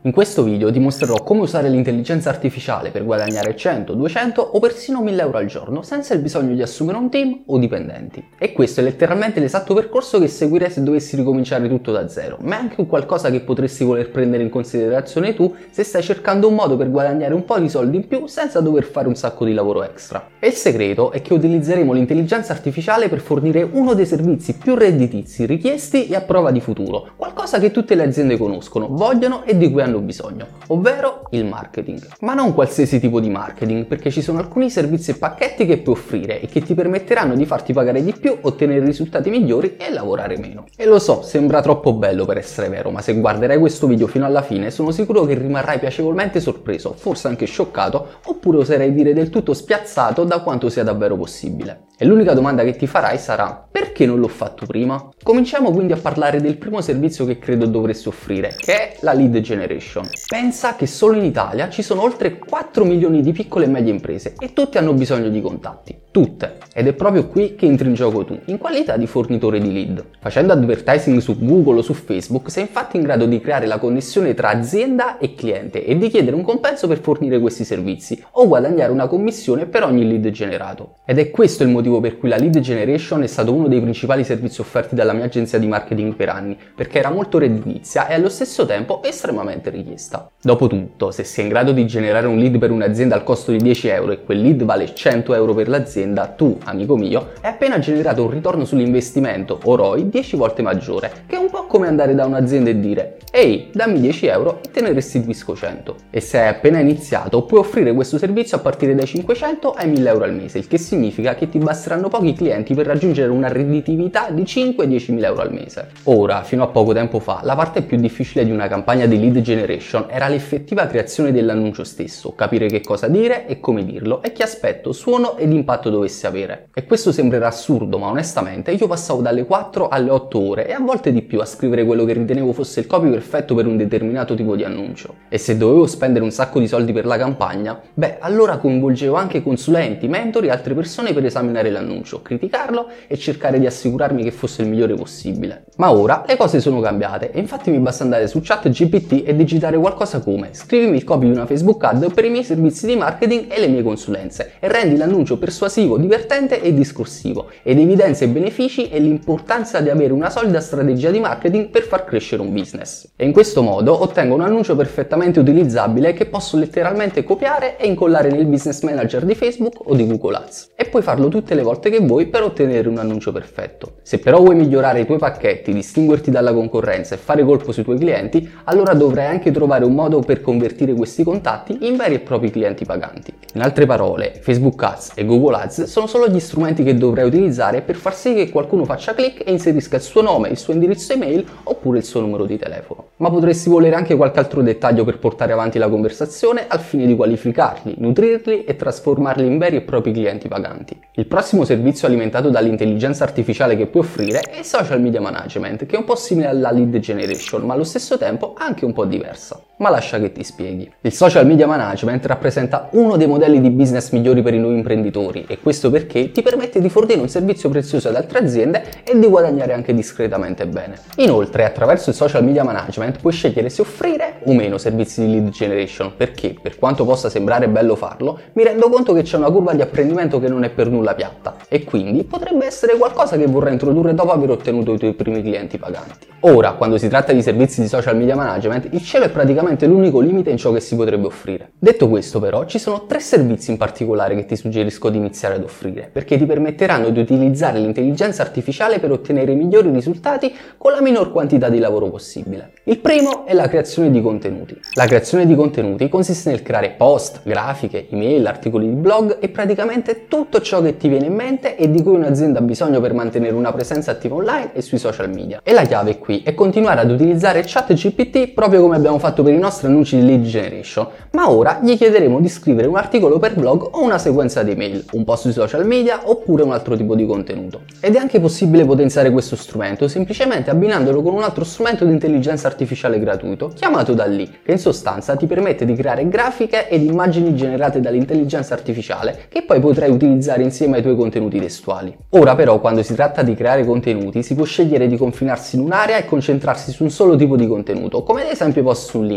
In questo video ti mostrerò come usare l'intelligenza artificiale per guadagnare 100, 200 o persino 1000 euro al giorno senza il bisogno di assumere un team o dipendenti. E questo è letteralmente l'esatto percorso che seguirei se dovessi ricominciare tutto da zero, ma è anche un qualcosa che potresti voler prendere in considerazione tu se stai cercando un modo per guadagnare un po' di soldi in più senza dover fare un sacco di lavoro extra. E il segreto è che utilizzeremo l'intelligenza artificiale per fornire uno dei servizi più redditizi, richiesti e a prova di futuro, qualcosa che tutte le aziende conoscono, vogliono e di cui hanno bisogno, ovvero il marketing. Ma non qualsiasi tipo di marketing, perché ci sono alcuni servizi e pacchetti che puoi offrire e che ti permetteranno di farti pagare di più, ottenere risultati migliori e lavorare meno. E lo so, sembra troppo bello per essere vero, ma se guarderai questo video fino alla fine sono sicuro che rimarrai piacevolmente sorpreso, forse anche scioccato, oppure oserei dire del tutto spiazzato da quanto sia davvero possibile. E l'unica domanda che ti farai sarà: perché non l'ho fatto prima? Cominciamo quindi a parlare del primo servizio che credo dovresti offrire, che è la lead generation. Pensa che solo in Italia ci sono oltre 4 milioni di piccole e medie imprese e tutte hanno bisogno di contatti. Tutte. Ed è proprio qui che entri in gioco tu, in qualità di fornitore di lead. Facendo advertising su Google o su Facebook sei infatti in grado di creare la connessione tra azienda e cliente e di chiedere un compenso per fornire questi servizi o guadagnare una commissione per ogni lead generato. Ed è questo il motivo per cui la lead generation è stato uno dei principali servizi offerti dalla mia agenzia di marketing per anni, perché era molto redditizia e allo stesso tempo estremamente richiesta. Dopotutto, se sei in grado di generare un lead per un'azienda al costo di 10 euro e quel lead vale 100 euro per l'azienda, tu, amico mio, hai appena generato un ritorno sull'investimento, o ROI, 10 volte maggiore, che è un po' come andare da un'azienda e dire: ehi, dammi 10 euro e te ne restituisco 100. E se hai appena iniziato, puoi offrire questo servizio a partire dai 500 ai 1000 euro al mese, il che significa che ti basteranno pochi clienti per raggiungere una redditività di 5-10 mila euro al mese. Ora, fino a poco tempo fa, la parte più difficile di una campagna di lead generation era l'effettiva creazione dell'annuncio stesso, capire che cosa dire e come dirlo e che aspetto, suono ed impatto dovesse avere. E questo sembrerà assurdo, ma onestamente io passavo dalle 4 alle 8 ore e a volte di più a scrivere quello che ritenevo fosse il copy perfetto per un determinato tipo di annuncio. E se dovevo spendere un sacco di soldi per la campagna, allora coinvolgevo anche consulenti, mentori e altre persone per esaminare l'annuncio, criticarlo e cercare di assicurarmi che fosse il migliore possibile. Ma ora le cose sono cambiate e infatti mi basta andare su ChatGPT e digitare qualcosa come: scrivimi il copy di una Facebook ad per i miei servizi di marketing e le mie consulenze e rendi l'annuncio persuasivo, divertente e discorsivo, ed evidenzia i benefici e l'importanza di avere una solida strategia di marketing per far crescere un business. E in questo modo ottengo un annuncio perfettamente utilizzabile che posso letteralmente copiare e incollare nel business manager di Facebook o di Google Ads. E puoi farlo tutte le volte che vuoi per ottenere un annuncio perfetto. Se però vuoi migliorare i tuoi pacchetti, distinguerti dalla concorrenza e fare colpo sui tuoi clienti, allora dovrai anche trovare un modo per convertire questi contatti in veri e propri clienti paganti. In altre parole, Facebook Ads e Google Ads sono solo gli strumenti che dovrai utilizzare per far sì che qualcuno faccia click e inserisca il suo nome, il suo indirizzo email oppure il suo numero di telefono. Ma potresti volere anche qualche altro dettaglio per portare avanti la conversazione al fine di qualificarli, nutrirli e trasformarli in veri e propri clienti paganti. Il prossimo servizio alimentato dall'intelligenza artificiale che puoi offrire è il social media management, che è un po' simile alla lead generation, ma allo stesso tempo anche un po' diversa. Ma lascia che ti spieghi. Il social media management rappresenta uno dei modelli di business migliori per i nuovi imprenditori, e questo perché ti permette di fornire un servizio prezioso ad altre aziende e di guadagnare anche discretamente bene. Inoltre, attraverso il social media management puoi scegliere se offrire o meno servizi di lead generation, perché, per quanto possa sembrare bello farlo, mi rendo conto che c'è una curva di apprendimento che non è per nulla piatta, e quindi potrebbe essere qualcosa che vorrai introdurre dopo aver ottenuto i tuoi primi clienti paganti. Ora, quando si tratta di servizi di social media management, il cielo è praticamente l'unico limite in ciò che si potrebbe offrire. Detto questo, però, ci sono 3 servizi in particolare che ti suggerisco di iniziare ad offrire, perché ti permetteranno di utilizzare l'intelligenza artificiale per ottenere i migliori risultati con la minor quantità di lavoro possibile. Il primo è la creazione di contenuti. La creazione di contenuti consiste nel creare post, grafiche, email, articoli di blog e praticamente tutto ciò che ti viene in mente e di cui un'azienda ha bisogno per mantenere una presenza attiva online e sui social media. E la chiave qui è continuare ad utilizzare ChatGPT proprio come abbiamo fatto per i nostri annunci di lead generation, ma ora gli chiederemo di scrivere un articolo per blog o una sequenza di email, un post sui social media oppure un altro tipo di contenuto. Ed è anche possibile potenziare questo strumento semplicemente abbinandolo con un altro strumento di intelligenza artificiale gratuito chiamato DALL-E, che in sostanza ti permette di creare grafiche ed immagini generate dall'intelligenza artificiale che poi potrai utilizzare insieme ai tuoi contenuti testuali. Ora però, quando si tratta di creare contenuti, si può scegliere di confinarsi in un'area e concentrarsi su un solo tipo di contenuto, come ad esempio post su LinkedIn.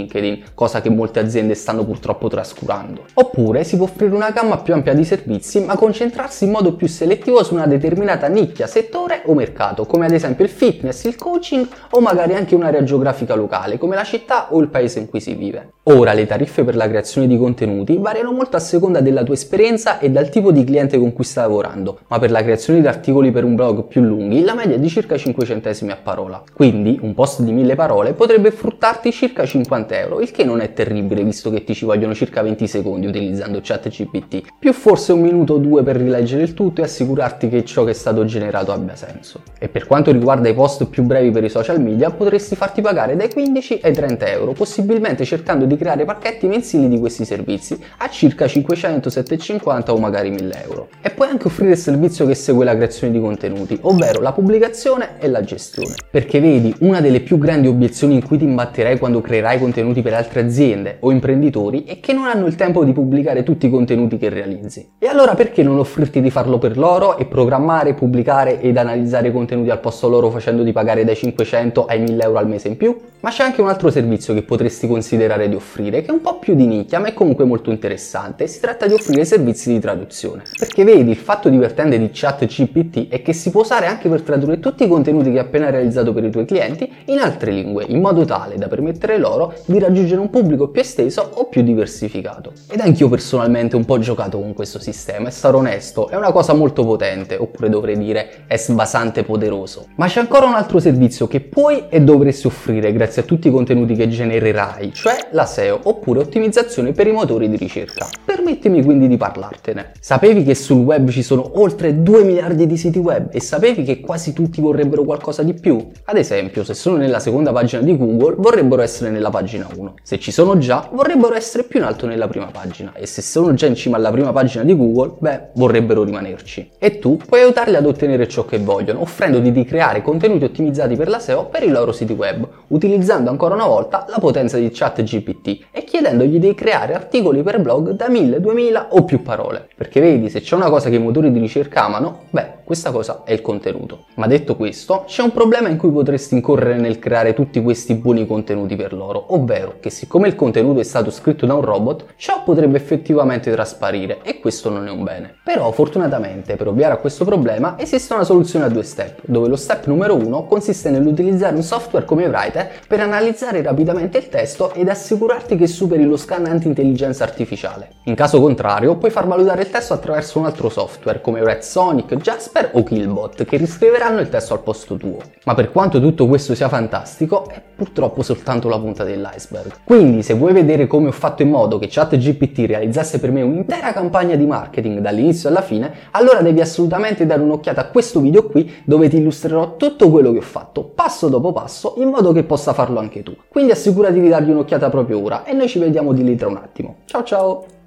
LinkedIn, cosa che molte aziende stanno purtroppo trascurando. Oppure si può offrire una gamma più ampia di servizi, ma concentrarsi in modo più selettivo su una determinata nicchia, settore o mercato, come ad esempio il fitness, il coaching o magari anche un'area geografica locale, come la città o il paese in cui si vive. Ora, le tariffe per la creazione di contenuti variano molto a seconda della tua esperienza e dal tipo di cliente con cui stai lavorando, ma per la creazione di articoli per un blog più lunghi la media è di circa 5 centesimi a parola. Quindi un post di 1000 parole potrebbe fruttarti circa 50 euro, il che non è terribile visto che ti ci vogliono circa 20 secondi utilizzando ChatGPT, più forse un minuto o due per rileggere il tutto e assicurarti che ciò che è stato generato abbia senso. E per quanto riguarda i post più brevi per i social media, potresti farti pagare dai 15 ai 30 euro, possibilmente cercando di creare pacchetti mensili di questi servizi a circa 500, 750 o magari 1000 euro. E puoi anche offrire il servizio che segue la creazione di contenuti, ovvero la pubblicazione e la gestione. Perché vedi, una delle più grandi obiezioni in cui ti imbatterai quando creerai contenuti per altre aziende o imprenditori è che non hanno il tempo di pubblicare tutti i contenuti che realizzi. E allora perché non offrirti di farlo per loro e programmare, pubblicare ed analizzare i contenuti al posto loro facendoti pagare dai 500 ai 1000 euro al mese in più? Ma c'è anche un altro servizio che potresti considerare di offrire, che è un po' più di nicchia ma è comunque molto interessante. Si tratta di offrire servizi di traduzione. Perché vedi, il fatto divertente di ChatGPT è che si può usare anche per tradurre tutti i contenuti che hai appena realizzato per i tuoi clienti in altre lingue, in modo tale da permettere loro di raggiungere un pubblico più esteso o più diversificato. Ed anch'io personalmente un po' giocato con questo sistema e sarò onesto, è una cosa molto potente, oppure dovrei dire è sbasante poderoso. Ma c'è ancora un altro servizio che puoi e dovresti offrire grazie a tutti i contenuti che genererai, cioè la SEO, oppure ottimizzazione per i motori di ricerca. Permettimi quindi di parlartene. Sapevi che sul web ci sono oltre 2 miliardi di siti web e sapevi che quasi tutti vorrebbero qualcosa di più? Ad esempio, se sono nella seconda pagina di Google, vorrebbero essere nella pagina 1. Se ci sono già, vorrebbero essere più in alto nella prima pagina. E se sono già in cima alla prima pagina di Google, beh, vorrebbero rimanerci. E tu puoi aiutarli ad ottenere ciò che vogliono, offrendogli di creare contenuti ottimizzati per la SEO per i loro siti web, utilizzando ancora una volta la potenza di ChatGPT e chiedendogli di creare articoli per blog da 1000, 2000 o più parole. Perché vedi, se c'è una cosa che i motori di ricerca amano, beh, questa cosa è il contenuto. Ma detto questo, c'è un problema in cui potresti incorrere nel creare tutti questi buoni contenuti per loro, ovvero che siccome il contenuto è stato scritto da un robot, ciò potrebbe effettivamente trasparire e questo non è un bene. Però fortunatamente per ovviare a questo problema esiste una soluzione a 2 step, dove lo step numero 1 consiste nell'utilizzare un software come Writer per analizzare rapidamente il testo ed assicurarti che superi lo scan anti-intelligenza artificiale. In caso contrario, puoi far valutare il testo attraverso un altro software come Red Sonic, Jasper o Killbot che riscriveranno il testo al posto tuo. Ma per quanto tutto questo sia fantastico, è purtroppo soltanto la punta dell'iceberg. Quindi se vuoi vedere come ho fatto in modo che ChatGPT realizzasse per me un'intera campagna di marketing dall'inizio alla fine, allora devi assolutamente dare un'occhiata a questo video qui dove ti illustrerò tutto quello che ho fatto, passo dopo passo, in modo che possa farlo anche tu. Quindi assicurati di dargli un'occhiata proprio ora e noi ci vediamo di lì tra un attimo. Ciao ciao!